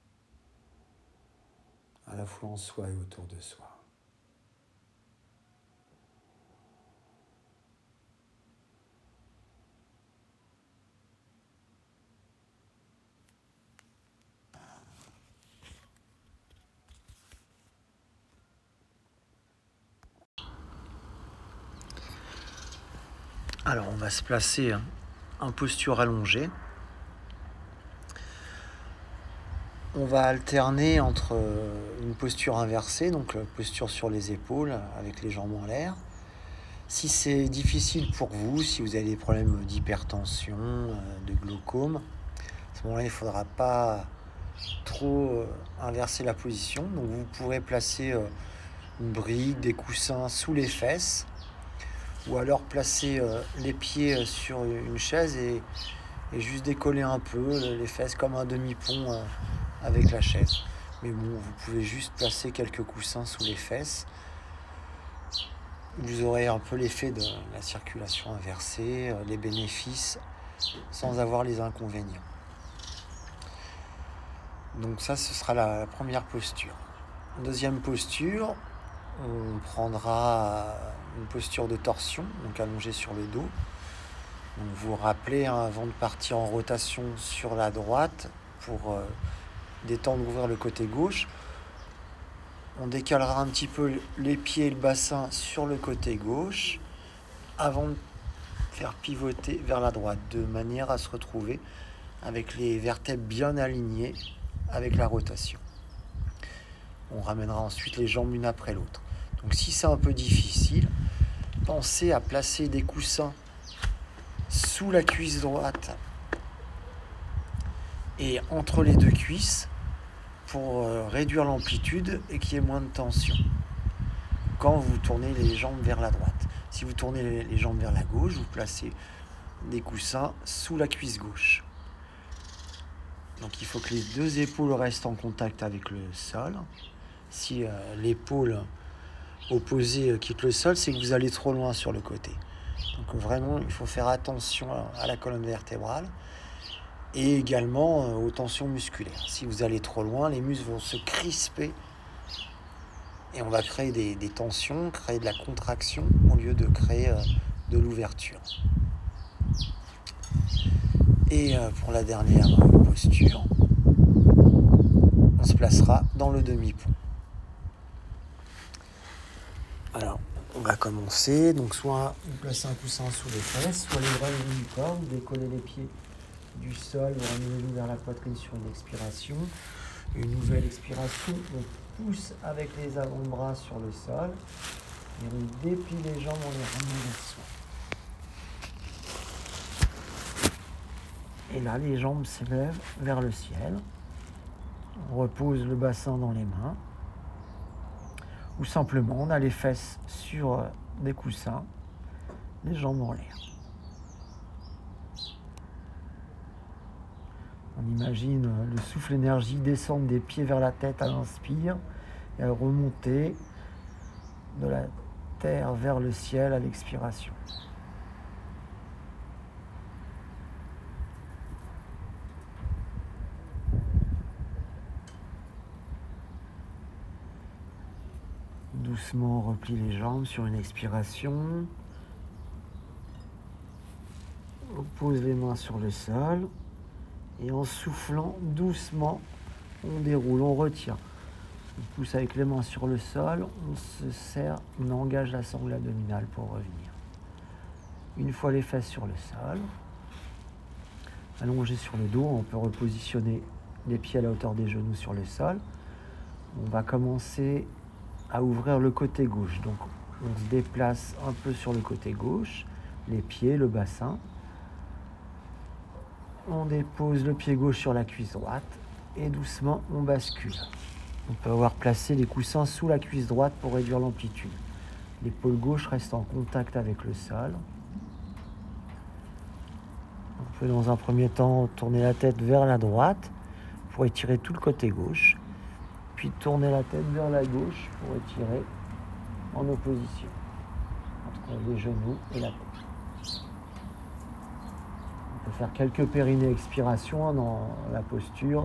à la fois en soi et autour de soi. Alors on va se placer en posture allongée. On va alterner entre une posture inversée, donc posture sur les épaules avec les jambes en l'air. Si c'est difficile pour vous, si vous avez des problèmes d'hypertension, de glaucome, à ce moment-là, il ne faudra pas trop inverser la position. Donc vous pourrez placer une brique, des coussins sous les fesses, ou alors placer les pieds sur une chaise et juste décoller un peu les fesses comme un demi-pont avec la chaise. Mais bon, vous pouvez juste placer quelques coussins sous les fesses. Vous aurez un peu l'effet de la circulation inversée, les bénéfices, sans avoir les inconvénients. Donc ça, ce sera la première posture. Deuxième posture, on prendra une posture de torsion, donc allongée sur le dos. Donc vous vous rappelez, avant de partir en rotation sur la droite, pour détendre, ouvrir le côté gauche, on décalera un petit peu les pieds et le bassin sur le côté gauche avant de faire pivoter vers la droite, de manière à se retrouver avec les vertèbres bien alignées avec la rotation. On ramènera ensuite les jambes l'une après l'autre. Donc si c'est un peu difficile, pensez à placer des coussins sous la cuisse droite et entre les deux cuisses pour réduire l'amplitude et qu'il y ait moins de tension quand vous tournez les jambes vers la droite. Si vous tournez les jambes vers la gauche, vous placez des coussins sous la cuisse gauche. Donc il faut que les deux épaules restent en contact avec le sol. Si l'épaule opposée quitte le sol, c'est que vous allez trop loin sur le côté. Donc vraiment, il faut faire attention à la colonne vertébrale et également aux tensions musculaires. Si vous allez trop loin, les muscles vont se crisper et on va créer des tensions, créer de la contraction au lieu de créer de l'ouverture. Et pour la dernière posture, on se placera dans le demi-pont. Alors, on va commencer. Donc, soit vous placez un coussin sous les fesses, soit les bras au niveau du corps, vous décollez les pieds du sol, vous ramenez-les vers la poitrine sur une expiration. Une nouvelle expiration, on pousse avec les avant-bras sur le sol et on déplie les jambes, on les ramène vers soi. Et là, les jambes s'élèvent vers le ciel. On repose le bassin dans les mains. Ou simplement, on a les fesses sur des coussins, les jambes en l'air. On imagine le souffle énergie descendre des pieds vers la tête à l'inspire et à remonter terre vers le ciel à l'expiration. Doucement, on replie les jambes sur une expiration. On pose les mains sur le sol. Et en soufflant doucement, on déroule, on retire. On pousse avec les mains sur le sol, on se serre, on engage la sangle abdominale pour revenir. Une fois les fesses sur le sol, allongé sur le dos, on peut repositionner les pieds à la hauteur des genoux sur le sol. On va commencer à ouvrir le côté gauche. Donc on se déplace un peu sur le côté gauche, les pieds, le bassin. On dépose le pied gauche sur la cuisse droite et doucement on bascule. On peut avoir placé les coussins sous la cuisse droite pour réduire l'amplitude. L'épaule gauche reste en contact avec le sol. On peut dans un premier temps tourner la tête vers la droite pour étirer tout le côté gauche, puis tourner la tête vers la gauche pour étirer en opposition entre les genoux et la tête. On peut faire quelques périnées expirations dans la posture.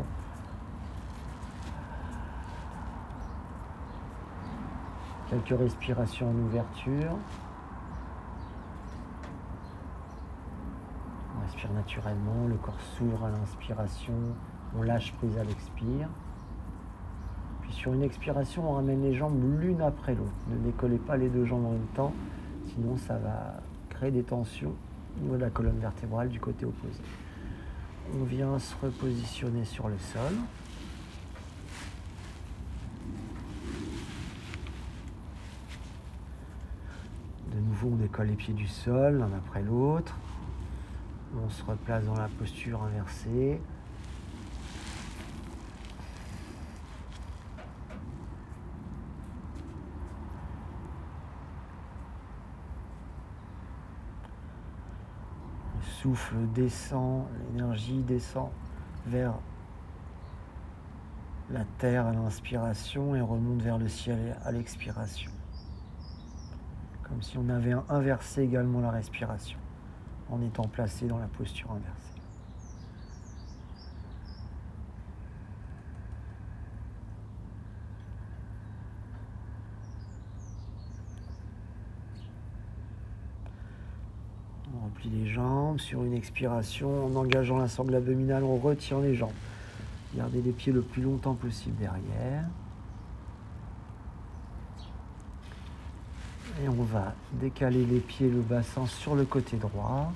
Quelques respirations en ouverture. On respire naturellement, le corps s'ouvre à l'inspiration, on lâche prise à l'expire. Puis sur une expiration, on ramène les jambes l'une après l'autre. Ne décollez pas les deux jambes en même temps, sinon ça va créer des tensions au niveau de la colonne vertébrale du côté opposé. On vient se repositionner sur le sol. De nouveau, on décolle les pieds du sol, l'un après l'autre. On se replace dans la posture inversée. Le souffle descend, l'énergie descend vers la terre à l'inspiration et remonte vers le ciel à l'expiration. Comme si on avait inversé également la respiration en étant placé dans la posture inversée. On replie les jambes sur une expiration. En engageant la sangle abdominale, on retient les jambes. Gardez les pieds le plus longtemps possible derrière. Et on va décaler les pieds, le bassin sur le côté droit.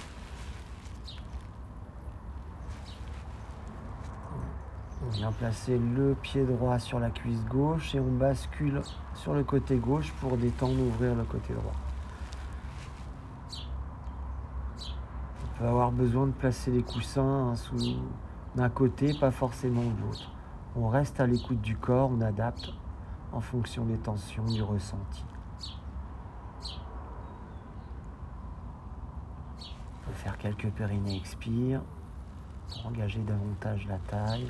On vient placer le pied droit sur la cuisse gauche et on bascule sur le côté gauche pour détendre, ouvrir le côté droit. On peut avoir besoin de placer les coussins d'un côté, pas forcément de l'autre. On reste à l'écoute du corps, on adapte en fonction des tensions, du ressenti. On peut faire quelques périnées expire pour engager davantage la taille.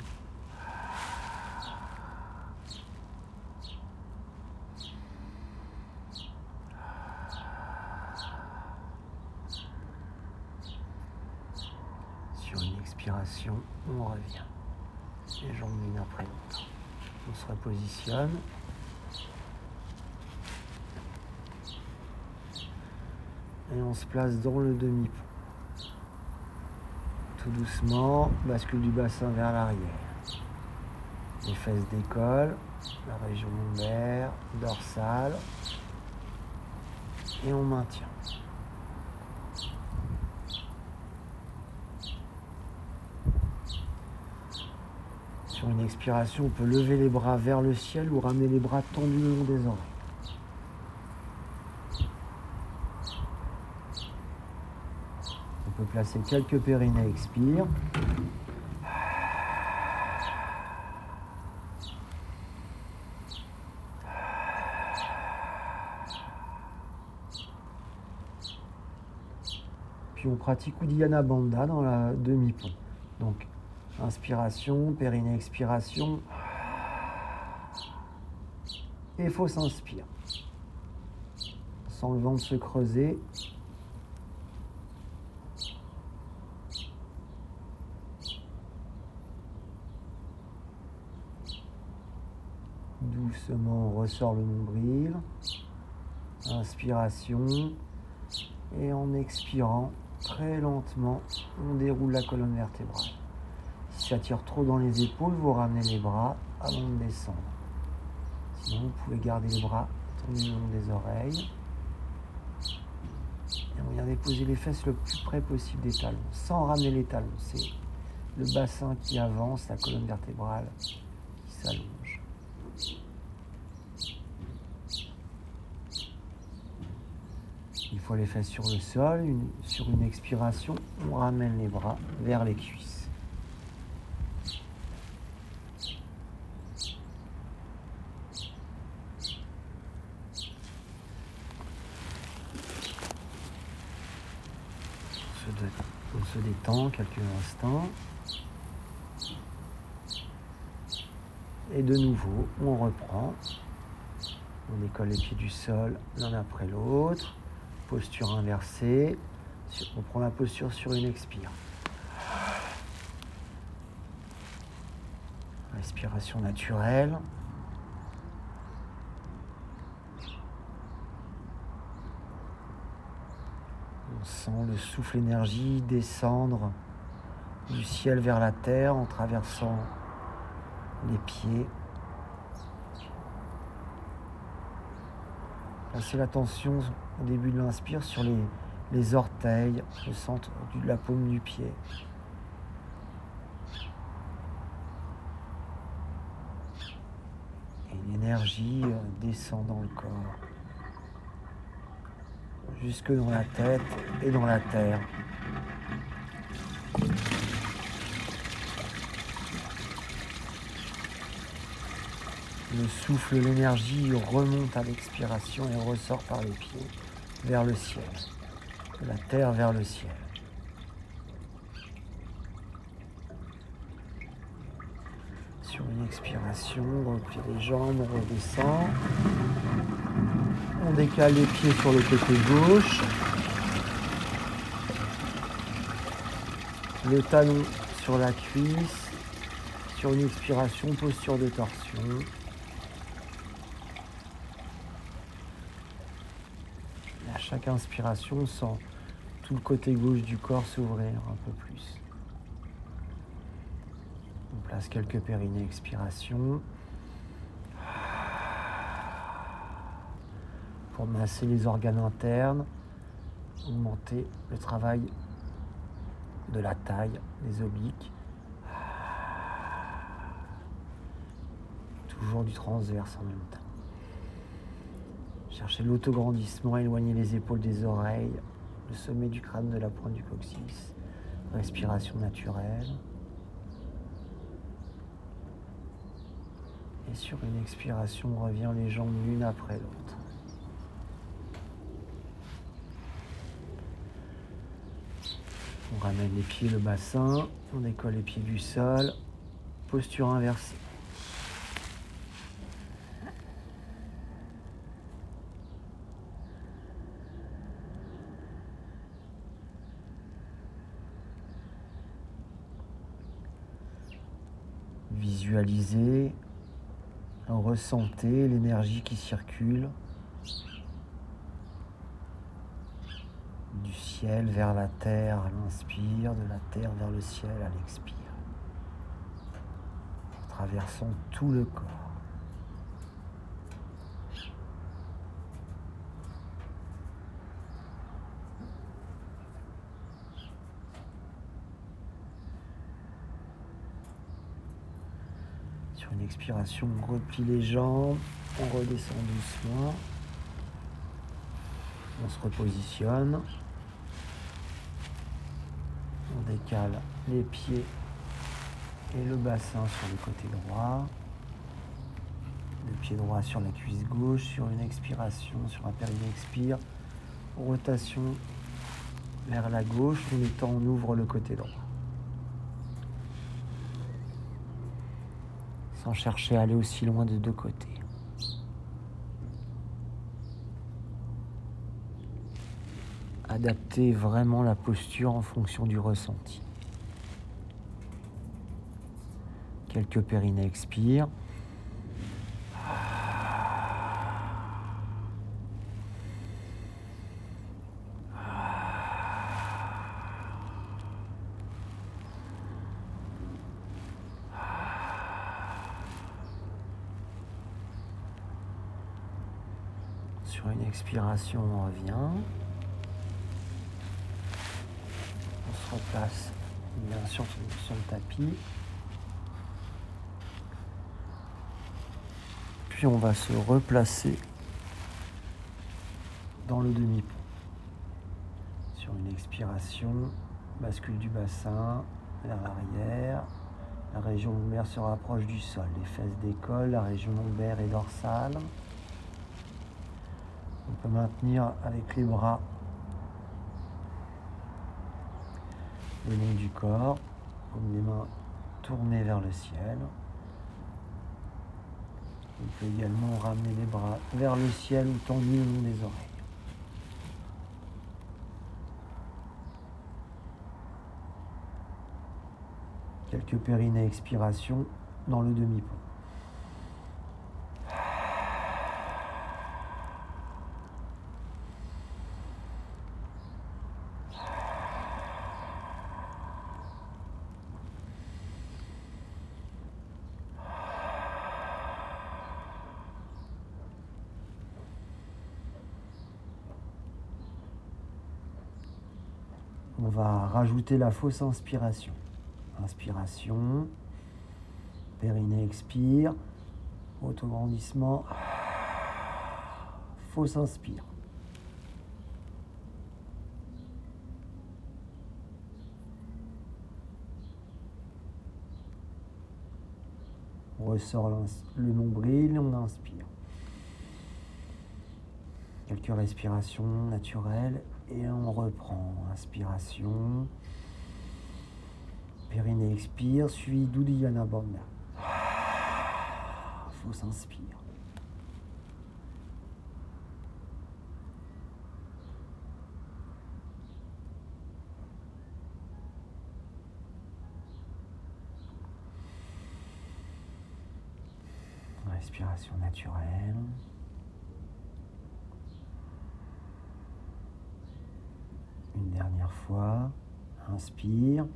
Sur une expiration, on revient. Les jambes l'une après l'autre. On se repositionne. Et on se place dans le demi-pont. Tout doucement, bascule du bassin vers l'arrière. Les fesses décollent, la région lombaire, dorsale. Et on maintient. Sur une expiration, on peut lever les bras vers le ciel ou ramener les bras tendus le long des oreilles. On peut placer quelques périnées expire. Puis on pratique Uddiyana Bandha dans la demi-pont. Donc, inspiration, périnée, expiration. Et fausse inspire. sent le ventre se creuser. Doucement, on ressort le nombril. Inspiration. Et en expirant, très lentement, on déroule la colonne vertébrale. Si ça tire trop dans les épaules, vous ramenez les bras avant de descendre. Sinon, vous pouvez garder les bras tendus le long des oreilles. Et on vient déposer les fesses le plus près possible des talons, sans ramener les talons. C'est le bassin qui avance, la colonne vertébrale qui s'allonge. Une fois les fesses sur le sol, sur une expiration, on ramène les bras vers les cuisses. On se détend quelques instants. Et de nouveau, on reprend. On décolle les pieds du sol l'un après l'autre. Posture inversée. On prend la posture sur une expire. Respiration naturelle. On sent le souffle énergie descendre du ciel vers la terre en traversant les pieds. Placez l'attention au début de l'inspire sur les orteils, le centre de la paume du pied. Et l'énergie descend dans le corps, jusque dans la tête et dans la terre. Le souffle, l'énergie remonte à l'expiration et ressort par les pieds vers le ciel, de la terre vers le ciel. Sur une expiration, on replie les jambes, on redescend. On décale les pieds sur le côté gauche. Le talon sur la cuisse. Sur une expiration, posture de torsion. À chaque inspiration, on sent tout le côté gauche du corps s'ouvrir un peu plus. On place quelques périnées expiration pour masser les organes internes, augmenter le travail de la taille, des obliques. Toujours du transverse en même temps. Cherchez l'autograndissement, éloignez les épaules des oreilles, le sommet du crâne de la pointe du coccyx. Respiration naturelle. Et sur une expiration, on revient les jambes l'une après l'autre. On ramène les pieds, le bassin, on décolle les pieds du sol, posture inversée. Visualisez, ressentez l'énergie qui circule du ciel vers la terre à l'inspire, de la terre vers le ciel à l'expire, traversant tout le corps. Sur une expiration, on replie les jambes, on redescend doucement, on se repositionne, on décale les pieds et le bassin sur le côté droit, le pied droit sur la cuisse gauche, sur une expiration, sur un périnée expire, rotation vers la gauche, en même temps on ouvre le côté droit. Sans chercher à aller aussi loin des deux côtés. Adaptez vraiment la posture en fonction du ressenti. Quelques périnées expirent. Sur une expiration, on revient. On se replace bien sûr sur le tapis. Puis on va se replacer dans le demi-pont. Sur une expiration, bascule du bassin vers l'arrière. La région lombaire se rapproche du sol. Les fesses décollent, la région lombaire et dorsale. On peut maintenir avec les bras le long du corps, paume des mains tournées vers le ciel. On peut également ramener les bras vers le ciel ou tendus le long des oreilles. Quelques périnées expiration dans le demi-pont. On va rajouter la fausse inspiration. Inspiration, périnée expire, autograndissement, fausse inspire. On ressort le nombril et on inspire. Quelques respirations naturelles et on reprend. Inspiration. Périnée expire, suivi d'Uddiyana Bandha. Fausse inspire. Respiration naturelle. Une dernière fois. Inspire.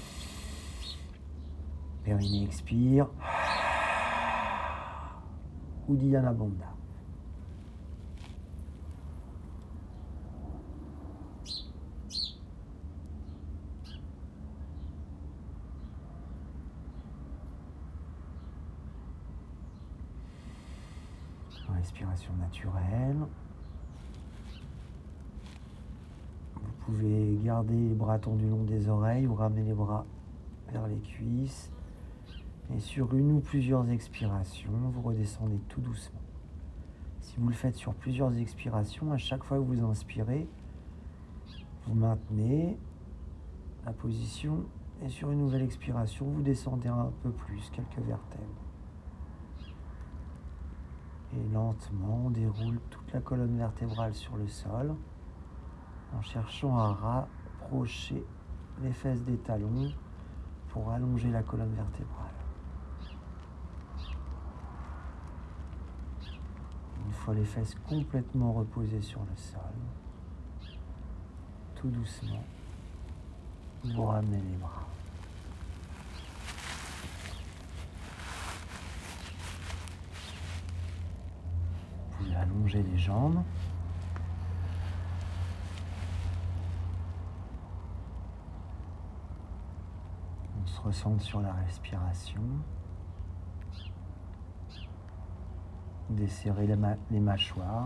Périnée expire. Uddiyana Bandha. Respiration naturelle. Vous pouvez garder les bras tendus le long des oreilles ou ramener les bras vers les cuisses. Et sur une ou plusieurs expirations, vous redescendez tout doucement. Si vous le faites sur plusieurs expirations, à chaque fois que vous inspirez, vous maintenez la position et sur une nouvelle expiration, vous descendez un peu plus, quelques vertèbres. Et lentement, on déroule toute la colonne vertébrale sur le sol en cherchant à rapprocher les fesses des talons pour allonger la colonne vertébrale. Une fois les fesses complètement reposées sur le sol, tout doucement, vous ramenez les bras. Vous pouvez allonger les jambes. On se recentre sur la respiration. Desserrez les mâchoires.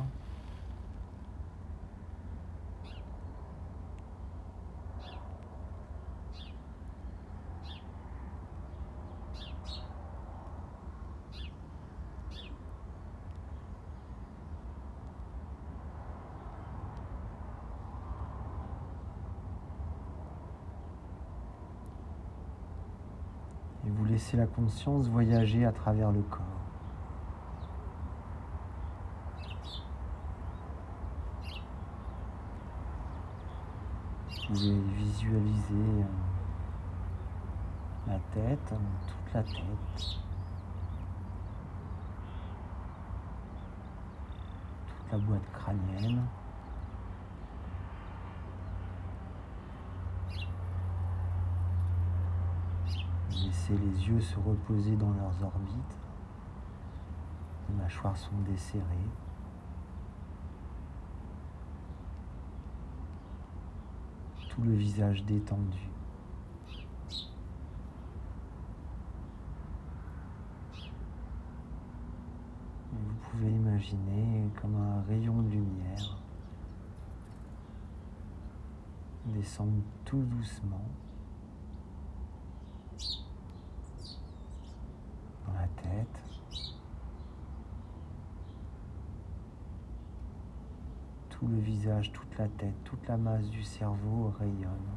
Et vous laissez la conscience voyager à travers le corps. pouvez visualiser la tête, toute la tête, toute la boîte crânienne. Laissez les yeux se reposer dans leurs orbites. Les mâchoires sont desserrées. Tout le visage détendu. Et vous pouvez imaginer comme un rayon de lumière descendre tout doucement dans la tête. Tout le visage, toute la tête, toute la masse du cerveau rayonne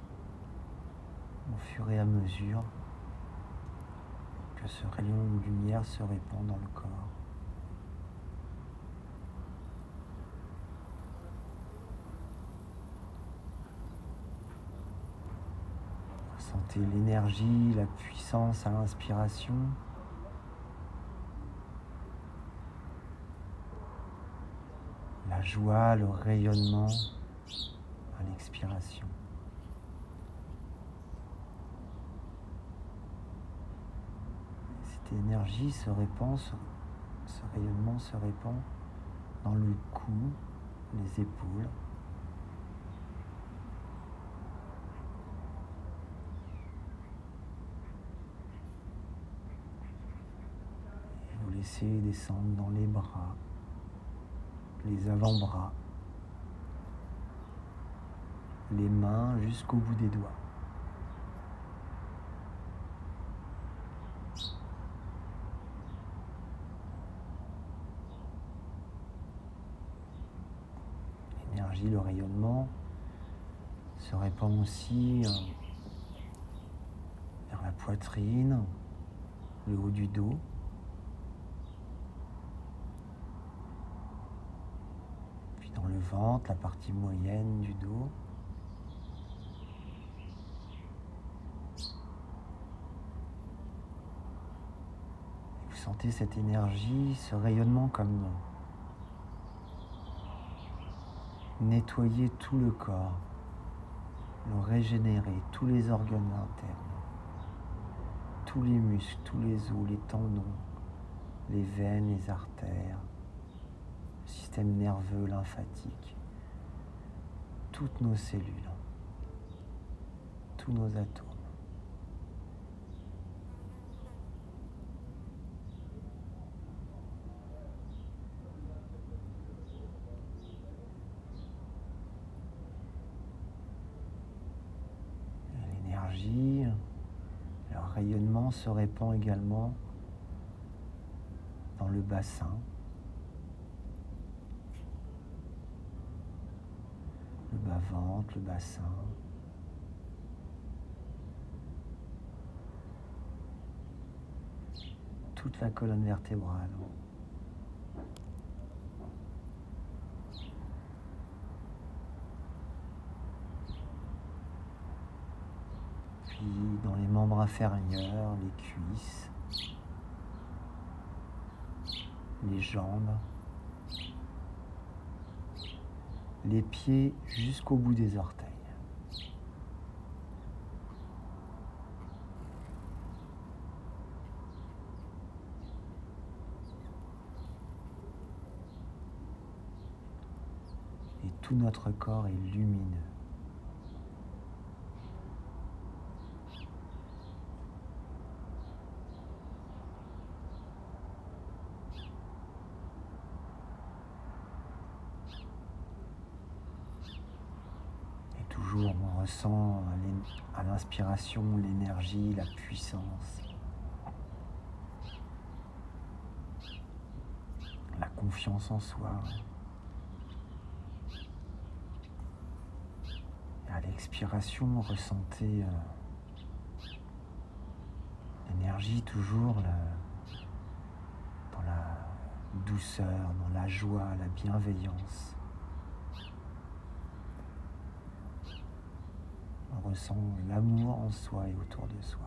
au fur et à mesure que ce rayon de lumière se répand dans le corps. Ressentez l'énergie, la puissance à l'inspiration. La joie, le rayonnement à l'expiration. Cette énergie se répand, ce rayonnement se répand dans le cou, les épaules. Et vous laissez descendre dans les bras, les avant-bras, les mains jusqu'au bout des doigts. L'énergie, le rayonnement se répand aussi vers la poitrine, le haut du dos. Puis dans le ventre, la partie moyenne du dos. Et vous sentez cette énergie, ce rayonnement comme nettoyer tout le corps, le régénérer, tous les organes internes, tous les muscles, tous les os, les tendons, les veines, les artères, le système nerveux, lymphatique, toutes nos cellules, tous nos atomes. L'énergie, le rayonnement se répand également dans le bassin, le bas-ventre, le bassin, toute la colonne vertébrale. Puis dans les membres inférieurs, les cuisses, les jambes, les pieds jusqu'au bout des orteils. Et tout notre corps est lumineux. Toujours, on ressent à l'inspiration l'énergie, la puissance, la confiance en soi. Et à l'expiration, ressentez l'énergie toujours dans la douceur, dans la joie, la bienveillance. ressent l'amour en soi et autour de soi.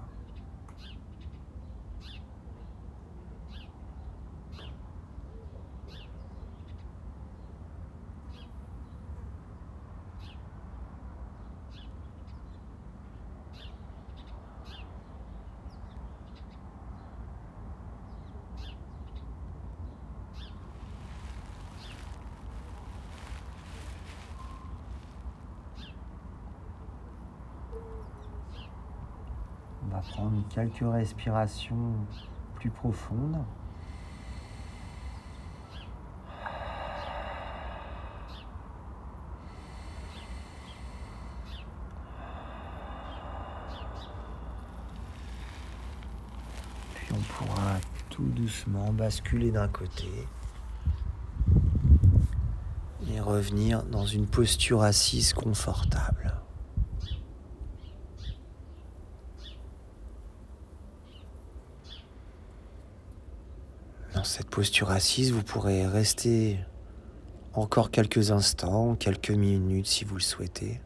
On va prendre quelques respirations plus profondes. Puis on pourra tout doucement basculer d'un côté et revenir dans une posture assise confortable. Dans cette posture assise, vous pourrez rester encore quelques instants, quelques minutes si vous le souhaitez.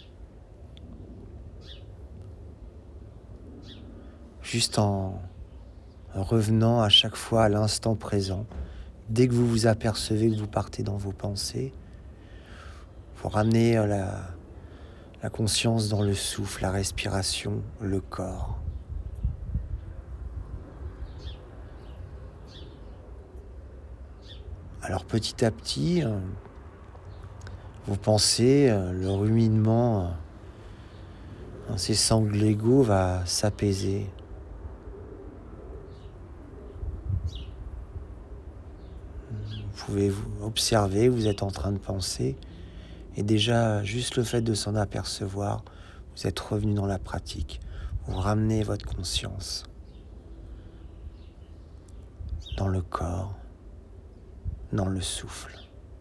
Juste en revenant à chaque fois à l'instant présent. Dès que vous vous apercevez que vous partez dans vos pensées, vous ramenez la conscience dans le souffle, la respiration, le corps. Alors petit à petit, vos pensées, le ruminement incessant de l'ego va s'apaiser. Vous pouvez vous observer, vous êtes en train de penser, et déjà, juste le fait de s'en apercevoir, vous êtes revenu dans la pratique. Vous ramenez votre conscience dans le corps, dans le souffle.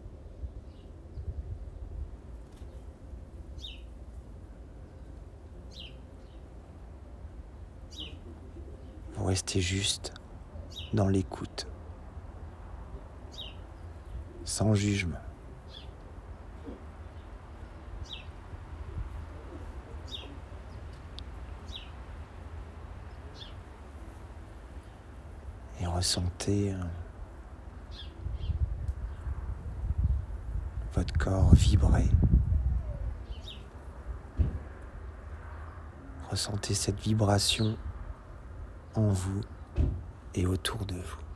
Vous restez juste dans l'écoute, sans jugement. Et ressentez votre corps vibrer. Ressentez cette vibration en vous et autour de vous.